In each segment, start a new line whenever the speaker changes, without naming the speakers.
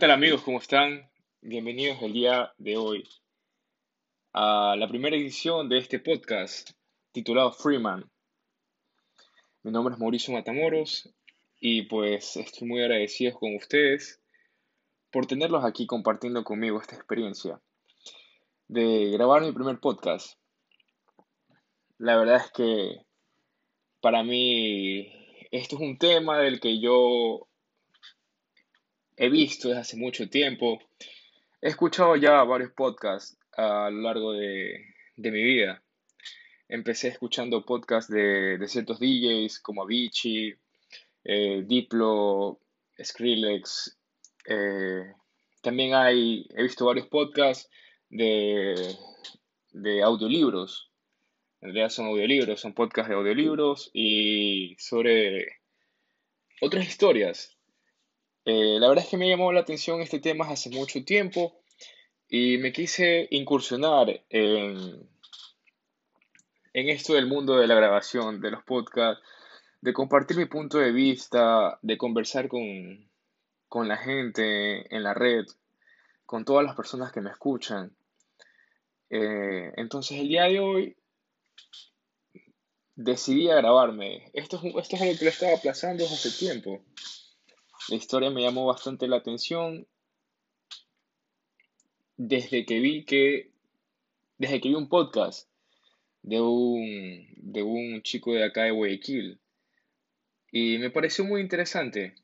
tal amigos? ¿Cómo están? Bienvenidos el día de hoy a la primera edición de este podcast titulado Freeman. Mi nombre es Mauricio Matamoros y pues estoy muy agradecido con ustedes por tenerlos aquí compartiendo conmigo esta experiencia de grabar mi primer podcast. La verdad es que para mí esto es un tema del que yo he visto desde hace mucho tiempo. He escuchado ya varios podcasts a lo largo de mi vida. Empecé escuchando podcasts de ciertos DJs como Avicii, Diplo, Skrillex. eh, También he visto varios podcasts de, de audiolibros. En realidad son audiolibros, son podcasts de audiolibros y sobre otras historias. La verdad es que me llamó la atención este tema hace mucho tiempo y me quise incursionar en esto del mundo de la grabación, de los podcasts, de compartir mi punto de vista, de conversar con la gente en la red, con todas las personas que me escuchan. Entonces el día de hoy decidí a grabarme. Esto es algo que lo estaba aplazando desde hace tiempo. La historia me llamó bastante la atención desde que vi que, desde que vi un podcast de un chico de acá de Guayaquil. Y me pareció muy interesante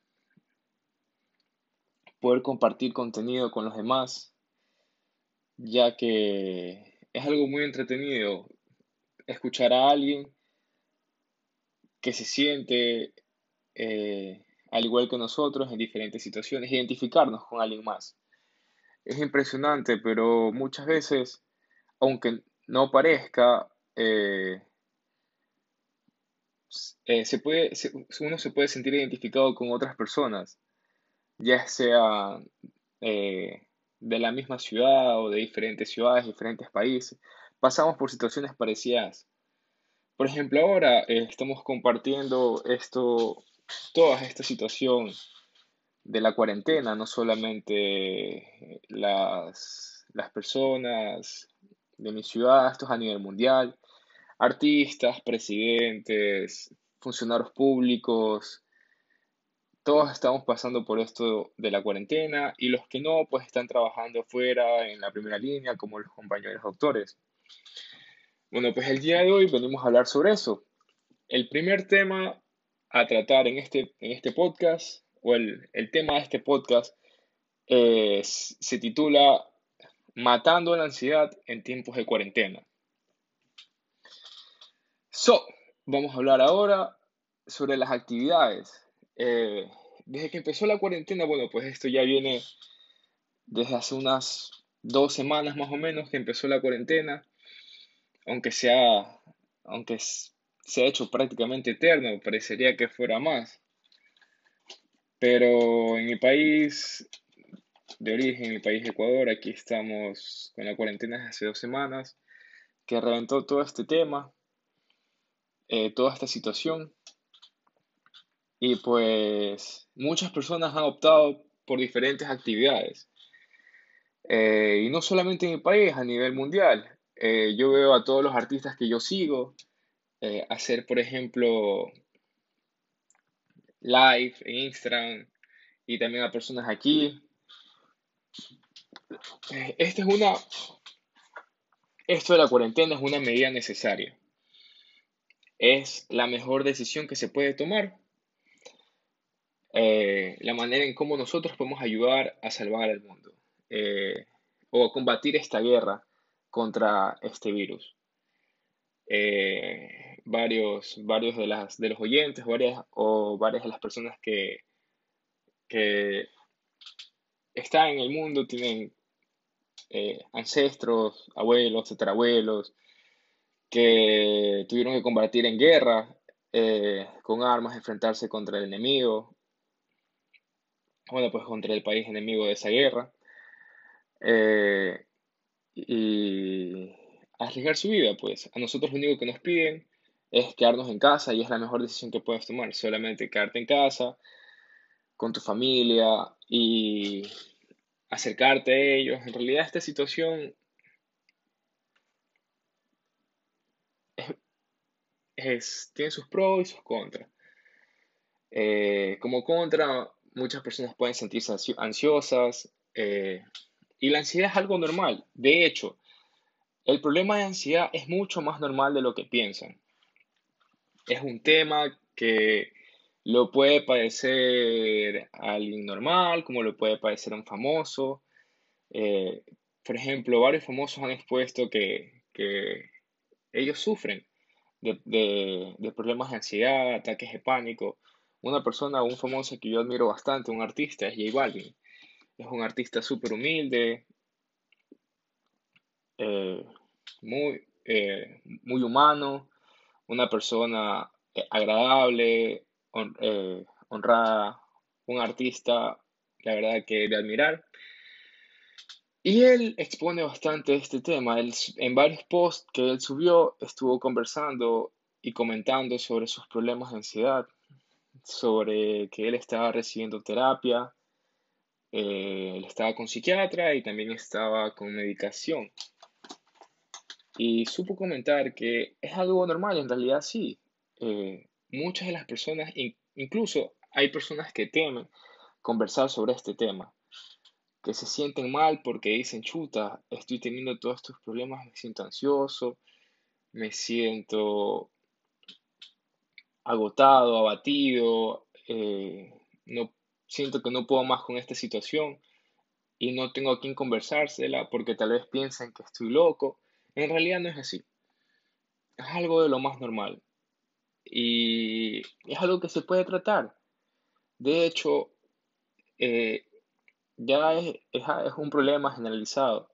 poder compartir contenido con los demás, ya que es algo muy entretenido escuchar a alguien que se siente al igual que nosotros en diferentes situaciones, identificarnos con alguien más. Es impresionante, pero muchas veces, aunque no parezca, uno se puede sentir identificado con otras personas, ya sea eh, de la misma ciudad o de diferentes ciudades, diferentes países. Pasamos por situaciones parecidas. Por ejemplo, ahora estamos compartiendo toda esta situación de la cuarentena, no solamente las personas de mi ciudad, esto es a nivel mundial, artistas, presidentes, funcionarios públicos, todos estamos pasando por esto de la cuarentena y los que no, pues están trabajando afuera en la primera línea, como los compañeros doctores. Bueno, pues el día de hoy venimos a hablar sobre eso. El primer tema a tratar en este podcast, o el tema de este podcast, se titula Matando la ansiedad en tiempos de cuarentena. So, vamos a hablar ahora sobre las actividades. Eh, Desde que empezó la cuarentena, bueno, pues esto ya viene desde hace unas 2 semanas más o menos que empezó la cuarentena, aunque se ha hecho prácticamente eterno, parecería que fuera más. Pero en mi país de origen, mi país Ecuador, aquí estamos con la cuarentena desde hace 2 semanas, que reventó todo este tema, toda esta situación, y pues muchas personas han optado por diferentes actividades. Y no solamente en mi país, a nivel mundial. Yo veo a todos los artistas que yo sigo hacer, por ejemplo, live en Instagram y también a personas aquí. Eh, Esta es una, Esto de la cuarentena es una medida necesaria. Es la mejor decisión que se puede tomar. La manera en cómo nosotros podemos ayudar a salvar al mundo eh, o a combatir esta guerra contra este virus. Varios de los oyentes, varias de las personas que están en el mundo tienen ancestros, abuelos, tatarabuelos, que tuvieron que combatir en guerra con armas, enfrentarse contra el enemigo, bueno, pues contra el país enemigo de esa guerra, eh, y arriesgar su vida, pues. A nosotros lo único que nos piden es quedarnos en casa y es la mejor decisión que puedes tomar, solamente quedarte en casa con tu familia acercarte a ellos. En realidad esta situación tiene sus pros y sus contras. Como contra, muchas personas pueden sentirse ansiosas, y la ansiedad es algo normal. De hecho, el problema de ansiedad es mucho más normal de lo que piensan. Es un tema que lo puede padecer alguien normal, como lo puede padecer un famoso. Eh, por ejemplo, varios famosos han expuesto que ellos sufren de problemas de ansiedad, ataques de pánico. Una persona, un famoso que yo admiro bastante, un artista, es J Balvin. Es un artista súper humilde, eh, muy humano, una persona agradable, honrada, un artista, la verdad que de admirar. Y él expone bastante este tema. En varios posts que él subió, estuvo conversando y comentando sobre sus problemas de ansiedad, sobre que él estaba recibiendo terapia, él estaba con psiquiatra y también estaba con medicación. Y supo comentar que es algo normal, en realidad sí. Muchas de las personas, incluso hay personas que temen conversar sobre este tema, que se sienten mal porque dicen, chuta, estoy teniendo todos estos problemas, me siento ansioso, me siento agotado, abatido, no siento que no puedo más con esta situación y no tengo a quién conversársela porque tal vez piensen que estoy loco. En realidad no es así. Es algo de lo más normal y es algo que se puede tratar. De hecho, eh, ya es un problema generalizado.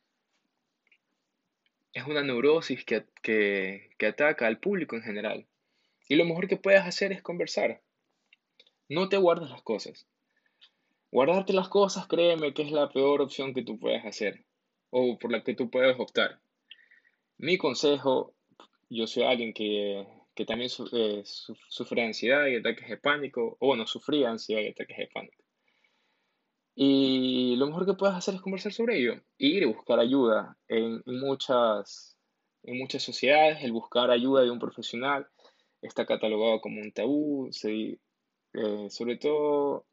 Es una neurosis que ataca al público en general. Y lo mejor que puedes hacer es conversar. No te guardes las cosas. Guardarte las cosas, créeme que es la peor opción que tú puedes hacer o por la que tú puedes optar. Mi consejo, yo soy alguien que también sufre ansiedad y ataques de pánico, o bueno, sufría ansiedad y ataques de pánico. Y lo mejor que puedes hacer es conversar sobre ello, e ir y buscar ayuda. En muchas sociedades, el buscar ayuda de un profesional está catalogado como un tabú, sobre todo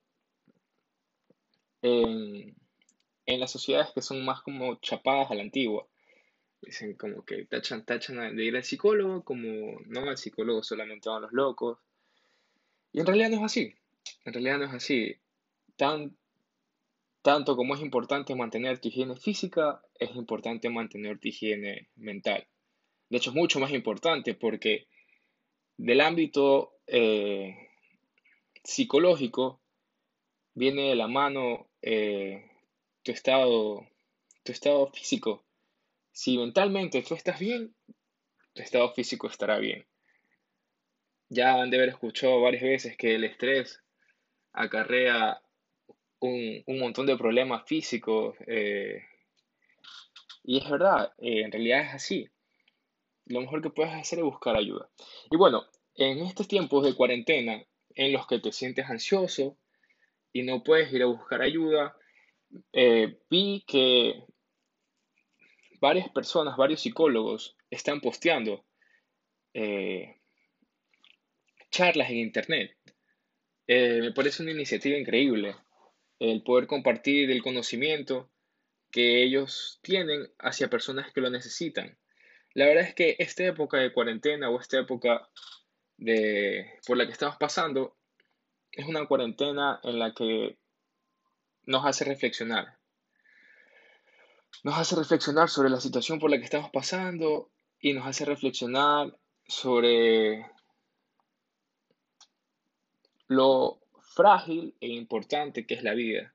en, en las sociedades que son más como chapadas a la antigua. Dicen como que tachan de ir al psicólogo, como no, al psicólogo solamente van los locos. Y en realidad no es así. En realidad no es así. Tan, Tanto como es importante mantener tu higiene física, es importante mantener tu higiene mental. De hecho, es mucho más importante porque del ámbito psicológico viene de la mano tu estado, tu estado físico. Si mentalmente tú estás bien, tu estado físico estará bien. Ya han de haber escuchado varias veces que el estrés acarrea un montón de problemas físicos, y es verdad, en realidad es así. Lo mejor que puedes hacer es buscar ayuda. Y bueno, en estos tiempos de cuarentena en los que te sientes ansioso y no puedes ir a buscar ayuda, vi que varias personas, varios psicólogos están posteando eh, charlas en internet. Me parece una iniciativa increíble el poder compartir el conocimiento que ellos tienen hacia personas que lo necesitan. La verdad es que esta época de cuarentena o esta época por la que estamos pasando es una cuarentena en la que nos hace reflexionar. Nos hace reflexionar sobre la situación por la que estamos pasando y nos hace reflexionar sobre lo frágil e importante que es la vida.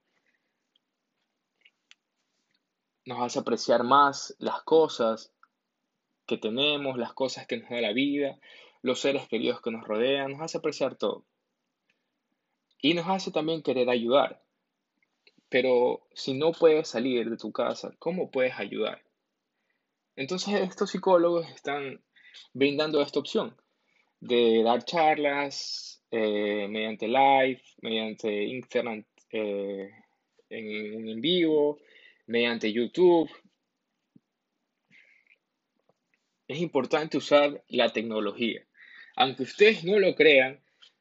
Nos hace apreciar más las cosas que tenemos, las cosas que nos da la vida, los seres queridos que nos rodean, nos hace apreciar todo. Y nos hace también querer ayudar. Pero si no puedes salir de tu casa, ¿cómo puedes ayudar? Entonces estos psicólogos están brindando esta opción de dar charlas mediante live, mediante Instagram, en un en vivo, mediante YouTube. Es importante usar la tecnología. Aunque ustedes no lo crean,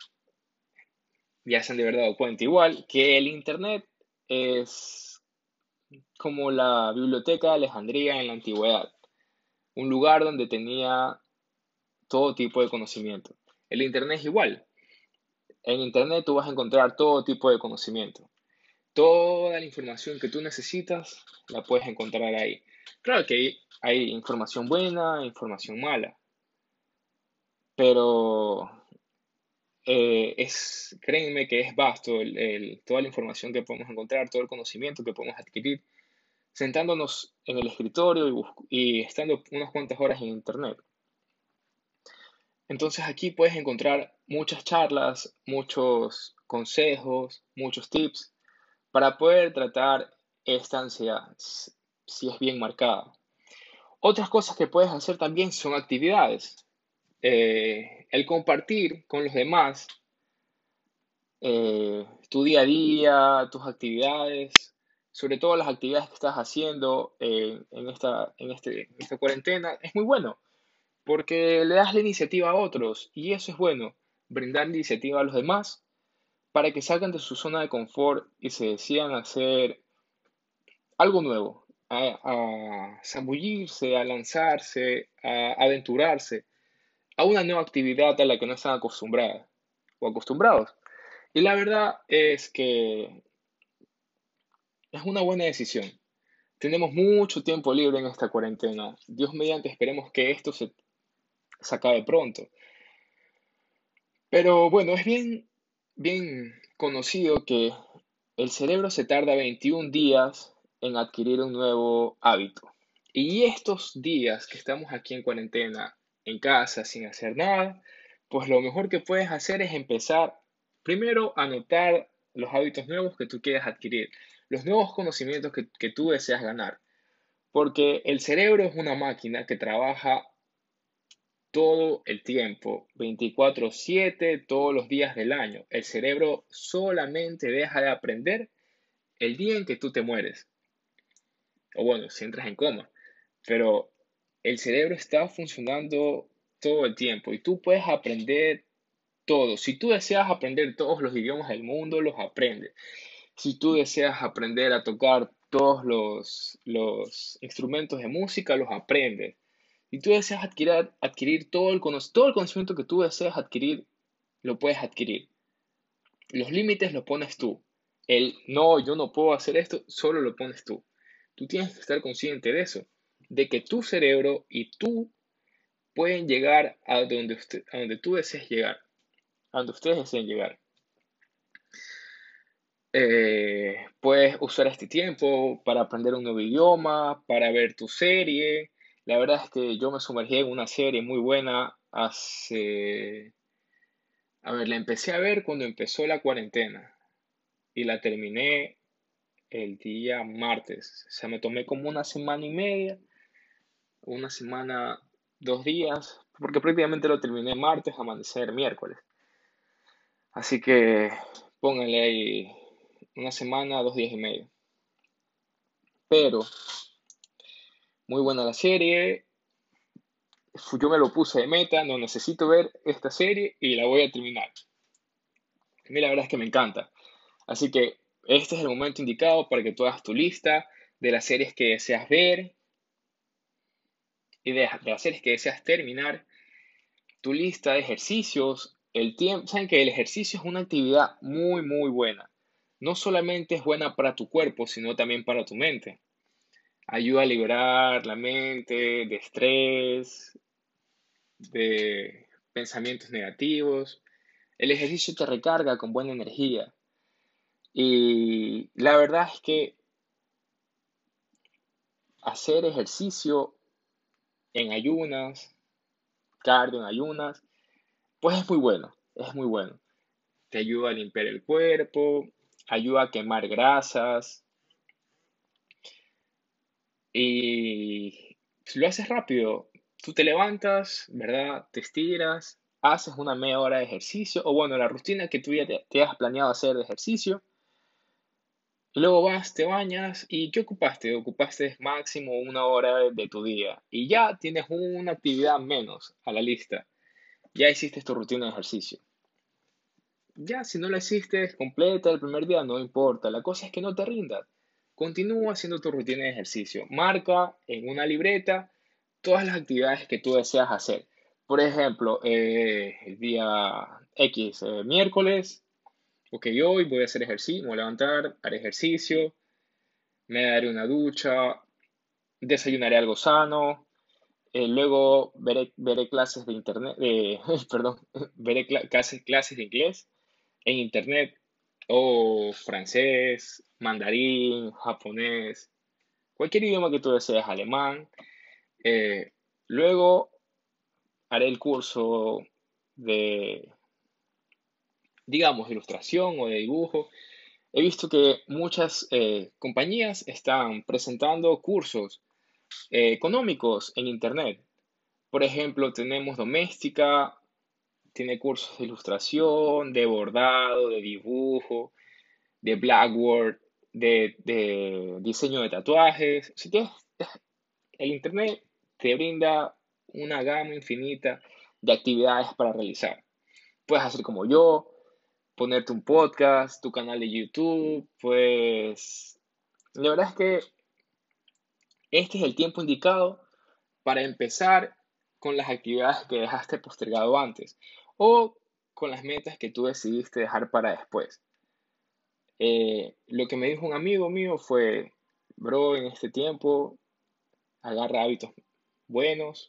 ya se han de haber dado cuenta igual que el Internet es como la biblioteca de Alejandría en la antigüedad, un lugar donde tenía todo tipo de conocimiento. El Internet es igual. En Internet tú vas a encontrar todo tipo de conocimiento. Toda la información que tú necesitas la puedes encontrar ahí. Claro que hay información buena, información mala, pero créanme que es vasto toda la información que podemos encontrar, todo el conocimiento que podemos adquirir, sentándonos en el escritorio y estando unas cuantas horas en Internet. Entonces aquí puedes encontrar muchas charlas, muchos consejos, muchos tips para poder tratar esta ansiedad si es bien marcada. Otras cosas que puedes hacer también son actividades. El compartir con los demás tu día a día, tus actividades, sobre todo las actividades que estás haciendo en esta cuarentena, es muy bueno, porque le das la iniciativa a otros y eso es bueno, brindar iniciativa a los demás para que salgan de su zona de confort y se decidan a hacer algo nuevo, a zambullirse, a lanzarse, a aventurarse a una nueva actividad a la que no están acostumbradas o acostumbrados. Y la verdad es que es una buena decisión. Tenemos mucho tiempo libre en esta cuarentena. Dios mediante, esperemos que esto se acabe pronto. Pero bueno, es bien conocido que el cerebro se tarda 21 días en adquirir un nuevo hábito. Y estos días que estamos aquí en cuarentena, en casa, sin hacer nada, pues lo mejor que puedes hacer es empezar primero a anotar los hábitos nuevos que tú quieres adquirir, los nuevos conocimientos que tú deseas ganar. Porque el cerebro es una máquina que trabaja todo el tiempo, 24/7, todos los días del año. El cerebro solamente deja de aprender el día en que tú te mueres. O bueno, si entras en coma. Pero el cerebro está funcionando todo el tiempo y tú puedes aprender todo. Si tú deseas aprender todos los idiomas del mundo, los aprendes. Si tú deseas aprender a tocar todos los instrumentos de música, los aprendes. Si tú deseas adquirir todo el conocimiento que tú deseas adquirir, lo puedes adquirir. Los límites los pones tú. El no, yo no puedo hacer esto, solo lo pones tú. Tú tienes que estar consciente de eso, de que tu cerebro y tú pueden llegar a donde tú desees llegar, a donde ustedes deseen llegar. Puedes usar este tiempo para aprender un nuevo idioma, para ver tu serie. La verdad es que yo me sumergí en una serie muy buena a ver, la empecé a ver cuando empezó la cuarentena y la terminé el día martes. O sea, me tomé como una semana y media, una semana, 2 días, porque prácticamente lo terminé martes, amanecer miércoles. Así que pónganle ahí una semana, 2 días y medio. Pero muy buena la serie. Yo me lo puse de meta, no necesito ver esta serie y la voy a terminar. A mí la verdad es que me encanta. Así que este es el momento indicado para que tú hagas tu lista de las series que deseas ver y de las series que deseas terminar, tu lista de ejercicios, el tiempo. Saben que el ejercicio es una actividad muy buena. No solamente es buena para tu cuerpo, sino también para tu mente. Ayuda a liberar la mente de estrés, de pensamientos negativos. El ejercicio te recarga con buena energía. Y la verdad es que hacer ejercicio en ayunas, cardio en ayunas, pues es muy bueno, es muy bueno. Te ayuda a limpiar el cuerpo, ayuda a quemar grasas y si lo haces rápido. Tú te levantas, ¿verdad? Te estiras, haces una media hora de ejercicio o bueno, la rutina que tú ya te has planeado hacer de ejercicio Y luego vas, te bañas y ¿qué ocupaste? Ocupaste máximo 1 hora de tu día y ya tienes una actividad menos a la lista. Ya hiciste tu rutina de ejercicio. Ya, si no la hiciste completa el primer día, no importa. La cosa es que no te rindas. Continúa haciendo tu rutina de ejercicio. Marca en una libreta todas las actividades que tú deseas hacer. Por ejemplo, el día X, miércoles, ok, hoy voy a hacer ejercicio, me voy a levantar, haré ejercicio, me daré una ducha, desayunaré algo sano, luego veré clases de internet, perdón, veré clases de inglés en internet, o francés, mandarín, japonés, cualquier idioma que tú desees, alemán. Eh, Luego haré el curso de, digamos, de ilustración o de dibujo. He visto que muchas compañías están presentando cursos económicos en internet. Por ejemplo, tenemos Doméstica, tiene cursos de ilustración, de bordado, de dibujo, de Blackboard, de diseño de tatuajes. El Internet te brinda una gama infinita de actividades para realizar. Puedes hacer como yo, ponerte un podcast, tu canal de YouTube, pues la verdad es que este es el tiempo indicado para empezar con las actividades que dejaste postergado antes o con las metas que tú decidiste dejar para después. Lo que me dijo un amigo mío fue, bro, en este tiempo agarra hábitos buenos,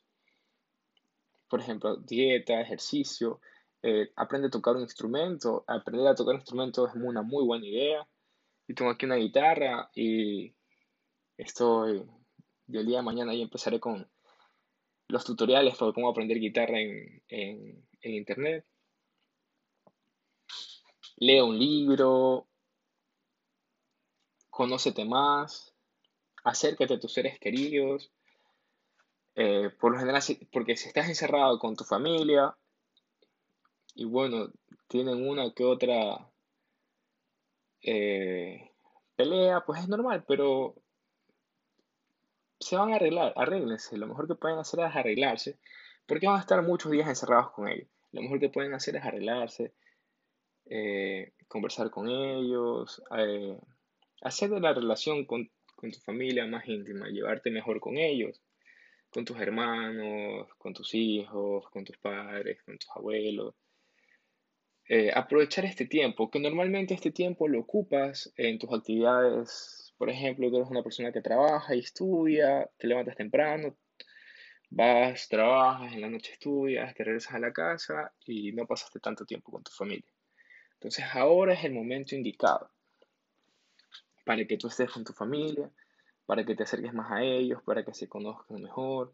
por ejemplo, dieta, ejercicio, aprende a tocar un instrumento. Aprender a tocar un instrumento es una muy buena idea. Yo tengo aquí una guitarra y estoy, del día de mañana ya empezaré con los tutoriales para cómo aprender guitarra en internet. Lee un libro, conócete más, acércate a tus seres queridos. Por lo general, porque si estás encerrado con tu familia y bueno, tienen una que otra eh, pelea, pues es normal, pero se van a arreglar, arréglense. Lo mejor que pueden hacer es arreglarse, porque van a estar muchos días encerrados con ellos. Lo mejor que pueden hacer es arreglarse, conversar con ellos, hacer de la relación con tu familia más íntima, llevarte mejor con ellos, con tus hermanos, con tus hijos, con tus padres, con tus abuelos. Aprovechar este tiempo, que normalmente este tiempo lo ocupas en tus actividades. Por ejemplo, tú eres una persona que trabaja y estudia, te levantas temprano, vas, trabajas, en la noche estudias, te regresas a la casa y no pasaste tanto tiempo con tu familia. Entonces ahora es el momento indicado para que tú estés con tu familia, para que te acerques más a ellos, para que se conozcan mejor,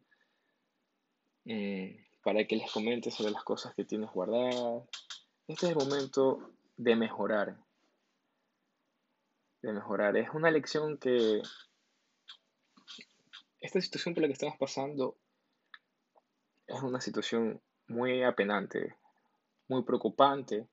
para que les comentes sobre las cosas que tienes guardadas. Este es el momento de mejorar, de mejorar. Es una lección que esta situación por la que estamos pasando es una situación muy apenante, muy preocupante,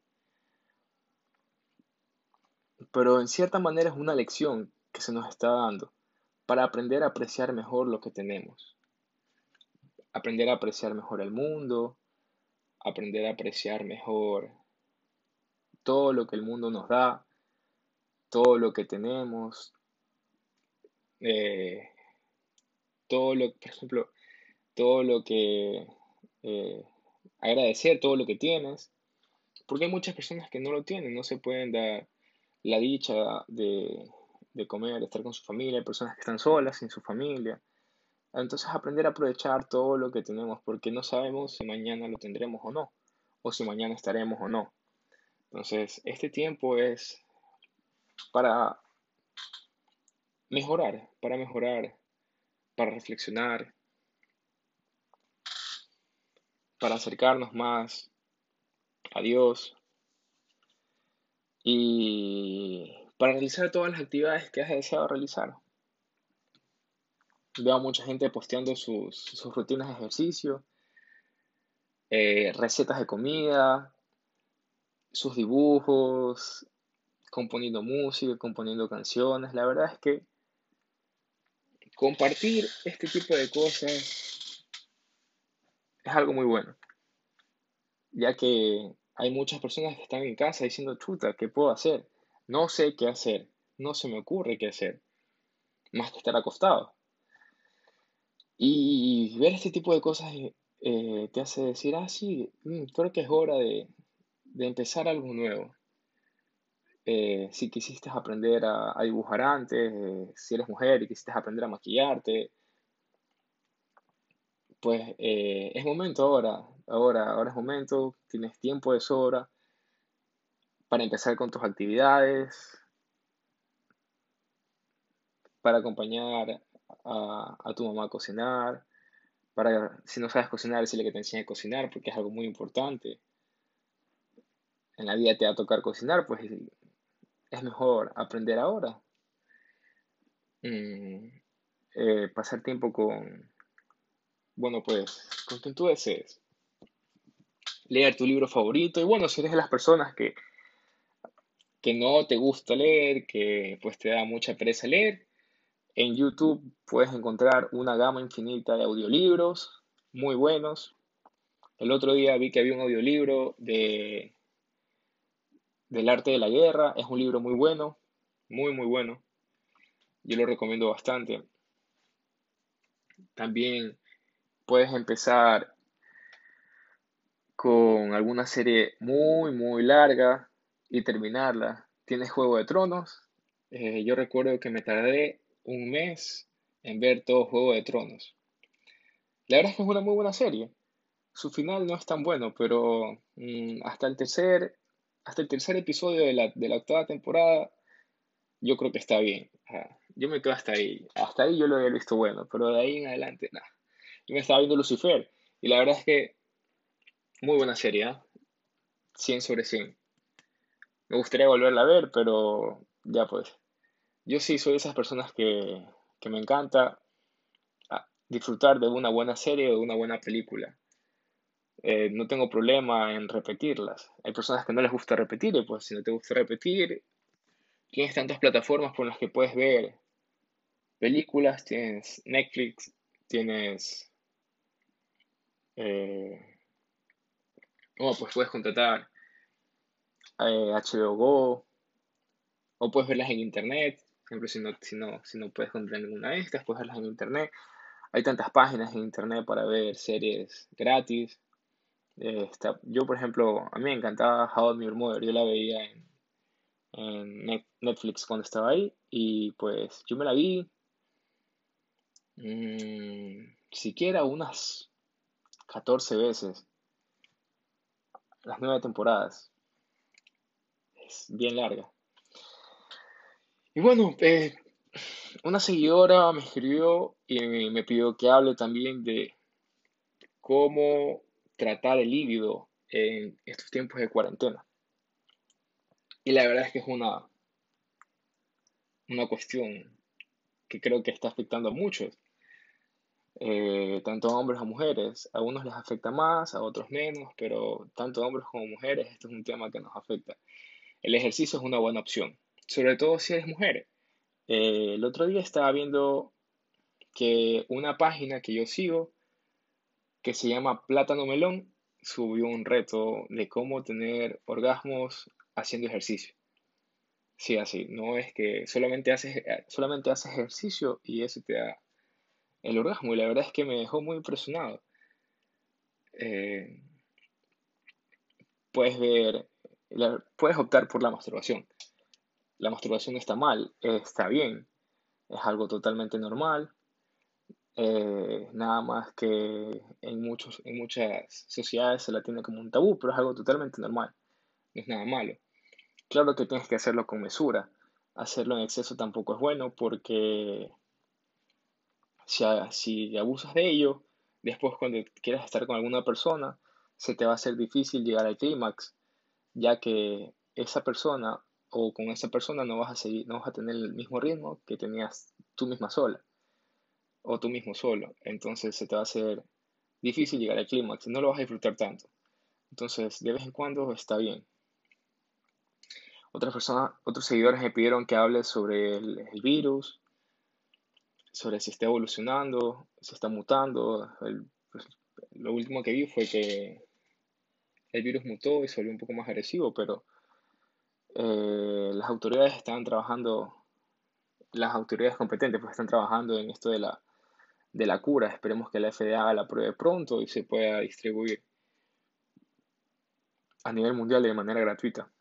pero en cierta manera es una lección que se nos está dando para aprender a apreciar mejor lo que tenemos, aprender a apreciar mejor el mundo, aprender a apreciar mejor todo lo que el mundo nos da, todo lo que tenemos, eh, por ejemplo, todo lo que eh, agradecer, todo lo que tienes, porque hay muchas personas que no lo tienen, no se pueden dar la dicha de comer, de estar con su familia, hay personas que están solas, sin su familia. Entonces aprender a aprovechar todo lo que tenemos, porque no sabemos si mañana lo tendremos o no, o si mañana estaremos o no. Entonces, este tiempo es para mejorar, para reflexionar, para acercarnos más a Dios y para realizar todas las actividades que has deseado realizar. Veo a mucha gente posteando sus rutinas de ejercicio, recetas de comida, sus dibujos, componiendo música, componiendo canciones. La verdad es que compartir este tipo de cosas es algo muy bueno, ya que hay muchas personas que están en casa diciendo, chuta, ¿qué puedo hacer? No sé qué hacer, no se me ocurre qué hacer, más que estar acostado. Y ver este tipo de cosas te hace decir, ah, sí, creo que es hora de empezar algo nuevo. Si quisiste aprender a dibujar antes, si eres mujer y quisiste aprender a maquillarte, pues es momento ahora es momento, tienes tiempo de sobra para empezar con tus actividades, para acompañar a tu mamá a cocinar, para, si no sabes cocinar, decirle que te enseñe a cocinar, porque es algo muy importante. En la vida te va a tocar cocinar, pues es mejor aprender ahora. Mm, pasar tiempo bueno, pues, con quien tú desees. Leer tu libro favorito. Y bueno, si eres de las personas que no te gusta leer, que pues te da mucha pereza leer, en YouTube puedes encontrar una gama infinita de audiolibros muy buenos. El otro día vi que había un audiolibro del arte de la guerra. Es un libro muy bueno, muy, muy bueno. Yo lo recomiendo bastante. También puedes empezar con alguna serie muy, muy larga y terminarla. ¿Tienes Juego de Tronos? Yo recuerdo que me tardé un mes en ver todo Juego de Tronos. La verdad es que es una muy buena serie. Su final no es tan bueno, pero hasta el tercer episodio de la octava temporada, yo creo que está bien. Ajá. Yo me quedo hasta ahí. Hasta ahí yo lo había visto bueno, pero de ahí en adelante, nada. Yo me estaba viendo Lucifer y la verdad es que muy buena serie, ¿ah? 100 sobre 100. Me gustaría volverla a ver, pero ya pues. Yo sí soy de esas personas que me encanta disfrutar de una buena serie o de una buena película. No tengo problema en repetirlas. Hay personas que no les gusta repetir y pues si no te gusta repetir, tienes tantas plataformas por las que puedes ver películas, tienes Netflix, tienes... eh, pues puedes contratar HBO Go o puedes verlas en internet. Por ejemplo, si no puedes comprar ninguna de estas, puedes verlas en internet. Hay tantas páginas en internet para ver series gratis. Yo, por ejemplo, a mí me encantaba How I Met Your Mother. Yo la veía en Netflix cuando estaba ahí y pues yo me la vi siquiera unas 14 veces, las 9 temporadas. Es bien larga. Y bueno, una seguidora me escribió y me pidió que hable también de cómo tratar el líbido en estos tiempos de cuarentena. Y la verdad es que es una cuestión que creo que está afectando a muchos, tanto a hombres como mujeres. A unos les afecta más, a otros menos, pero tanto a hombres como mujeres, esto es un tema que nos afecta. El ejercicio es una buena opción, sobre todo si eres mujer. El otro día estaba viendo que una página que yo sigo, que se llama Plátano Melón, subió un reto de cómo tener orgasmos haciendo ejercicio. Sí, así, no es que solamente haces ejercicio y eso te da el orgasmo. Y la verdad es que me dejó muy impresionado. Eh, puedes optar por la masturbación. La masturbación no está mal, está bien, es algo totalmente normal. Nada más que en muchas sociedades se la tiene como un tabú, pero es algo totalmente normal, no es nada malo. Claro que tienes que hacerlo con mesura. Hacerlo en exceso tampoco es bueno porque si abusas de ello, después cuando quieras estar con alguna persona, se te va a hacer difícil llegar al clímax, ya que esa persona o con esa persona no vas a tener el mismo ritmo que tenías tú misma sola o tú mismo solo. Entonces se te va a hacer difícil llegar al clímax, no lo vas a disfrutar tanto. Entonces, de vez en cuando está bien. Otras personas, otros seguidores me pidieron que hable sobre el virus, sobre si está evolucionando, si está mutando. Pues, lo último que vi fue que el virus mutó y se volvió un poco más agresivo, pero las autoridades están trabajando, las autoridades competentes pues están trabajando en esto de la cura. Esperemos que la FDA la apruebe pronto y se pueda distribuir a nivel mundial de manera gratuita,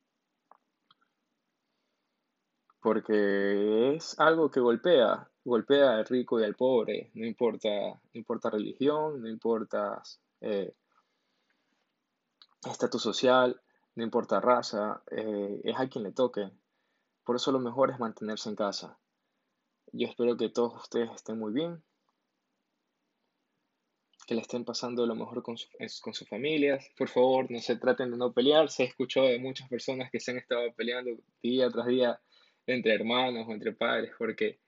porque es algo que golpea al rico y al pobre, no importa religión, no importa eh, estatus social, no importa raza, es a quien le toque. Por eso lo mejor es mantenerse en casa. Yo espero que todos ustedes estén muy bien, que le estén pasando lo mejor con sus familias. Por favor, no se traten de no pelearse. He escuchado de muchas personas que se han estado peleando día tras día entre hermanos o entre padres, porque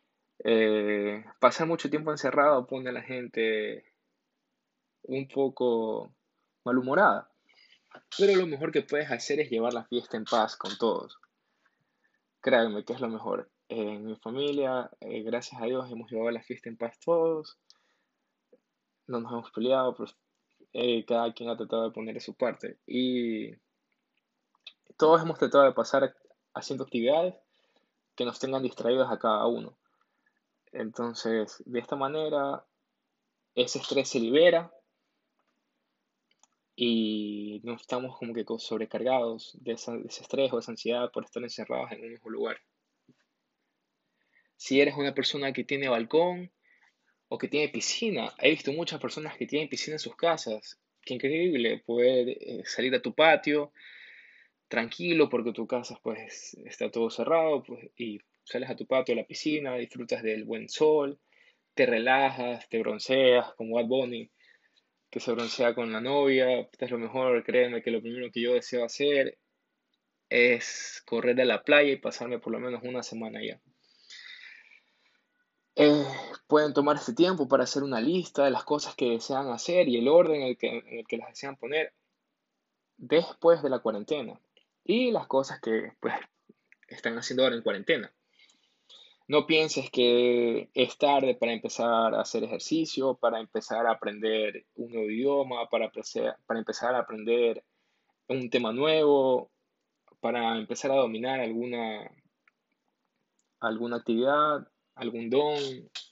pasar mucho tiempo encerrado pone a la gente un poco malhumorada. Pero lo mejor que puedes hacer es llevar la fiesta en paz con todos. Créanme que es lo mejor. En mi familia, gracias a Dios, hemos llevado la fiesta en paz todos. No nos hemos peleado, pues cada quien ha tratado de poner de su parte. Y todos hemos tratado de pasar haciendo actividades que nos tengan distraídos a cada uno. Entonces, de esta manera, ese estrés se libera y no estamos como que sobrecargados de ese estrés o esa ansiedad por estar encerrados en un mismo lugar. Si eres una persona que tiene balcón o que tiene piscina, he visto muchas personas que tienen piscina en sus casas. Qué increíble poder salir a tu patio tranquilo porque tu casa pues está todo cerrado pues, y sales a tu patio, a la piscina, disfrutas del buen sol, te relajas, te bronceas como Bad Bunny, que se broncea con la novia. Esto es lo mejor, créeme que lo primero que yo deseo hacer es correr a la playa y pasarme por lo menos una semana allá. Eh, Pueden tomar este tiempo para hacer una lista de las cosas que desean hacer y el orden en el que las desean poner después de la cuarentena y las cosas que pues están haciendo ahora en cuarentena. No pienses que es tarde para empezar a hacer ejercicio, para empezar a aprender un nuevo idioma, para empezar a aprender un tema nuevo, para empezar a dominar alguna actividad, algún don,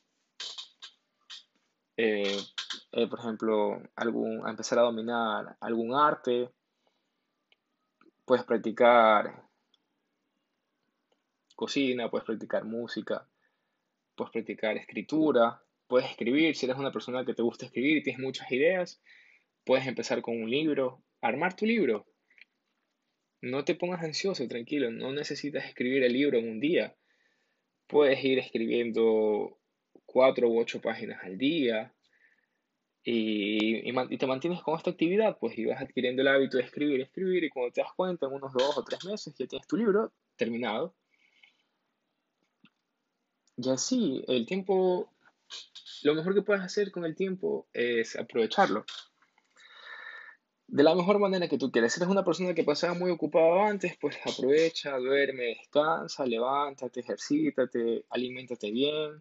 eh, por ejemplo, a empezar a dominar algún arte. Puedes practicar cocina, puedes practicar música, puedes practicar escritura, puedes escribir. Si eres una persona que te gusta escribir y tienes muchas ideas, puedes empezar con un libro, armar tu libro. No te pongas ansioso, tranquilo, no necesitas escribir el libro en un día. Puedes ir escribiendo 4 u 8 páginas al día y te mantienes con esta actividad, pues y vas adquiriendo el hábito de escribir, escribir y cuando te das cuenta en unos 2 o 3 meses ya tienes tu libro terminado. Y así, lo mejor que puedes hacer con el tiempo es aprovecharlo de la mejor manera que tú quieras. Si eres una persona que pasaba muy ocupada antes, pues aprovecha, duerme, descansa, levántate, ejercítate, aliméntate bien.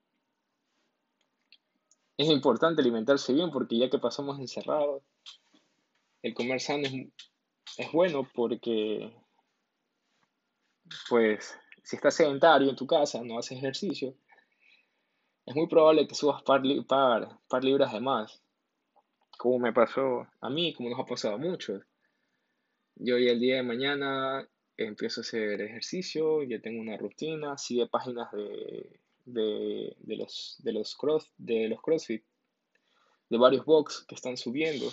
Es importante alimentarse bien porque ya que pasamos encerrados, el comer sano es bueno porque, pues, si estás sedentario en tu casa, no haces ejercicio, es muy probable que subas par libras de más, como me pasó a mí, como nos ha pasado a muchos. Yo ya el día de mañana empiezo a hacer ejercicio, ya tengo una rutina, sigue páginas de los CrossFit, de varios box que están subiendo.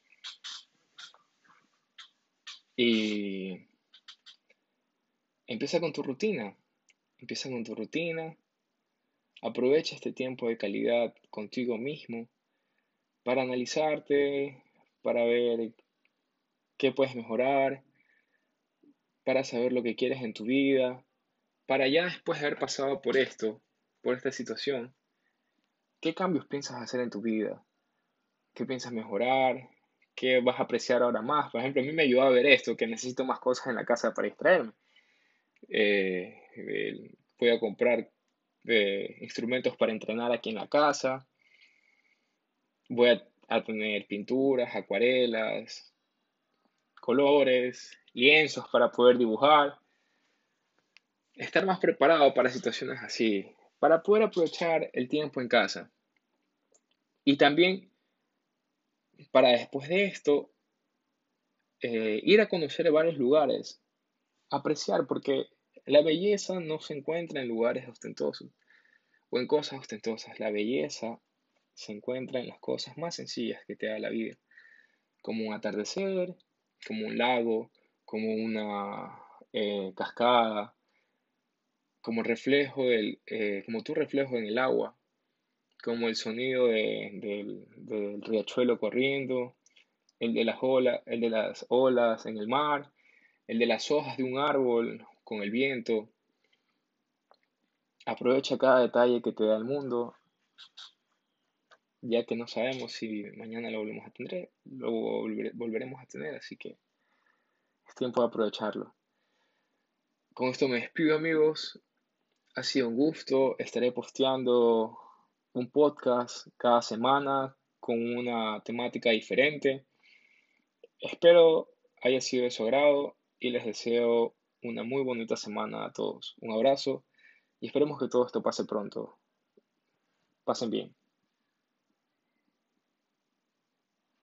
Y empieza con tu rutina, empieza con tu rutina, aprovecha este tiempo de calidad contigo mismo para analizarte, para ver qué puedes mejorar, para saber lo que quieres en tu vida, para ya después de haber pasado por esto, por esta situación, ¿qué cambios piensas hacer en tu vida? ¿Qué piensas mejorar? qué vas a apreciar ahora más. Por ejemplo, a mí me ayudó a ver esto, que necesito más cosas en la casa para distraerme. Voy a comprar instrumentos para entrenar aquí en la casa. Voy a tener pinturas, acuarelas, colores, lienzos para poder dibujar. Estar más preparado para situaciones así, para poder aprovechar el tiempo en casa. Y también para después de esto, ir a conocer varios lugares, apreciar, porque la belleza no se encuentra en lugares ostentosos o en cosas ostentosas. La belleza se encuentra en las cosas más sencillas que te da la vida, como un atardecer, como un lago, como una cascada, como tu reflejo en el agua, como el sonido del riachuelo corriendo, el de las olas en el mar, el de las hojas de un árbol con el viento. Aprovecha cada detalle que te da el mundo, ya que no sabemos si mañana lo volvemos a tener, volveremos a tener, así que es tiempo de aprovecharlo. Con esto me despido, amigos. Ha sido un gusto. Estaré posteando un podcast cada semana con una temática diferente. Espero haya sido de su agrado y les deseo una muy bonita semana a todos. Un abrazo y esperemos que todo esto pase pronto. Pasen bien.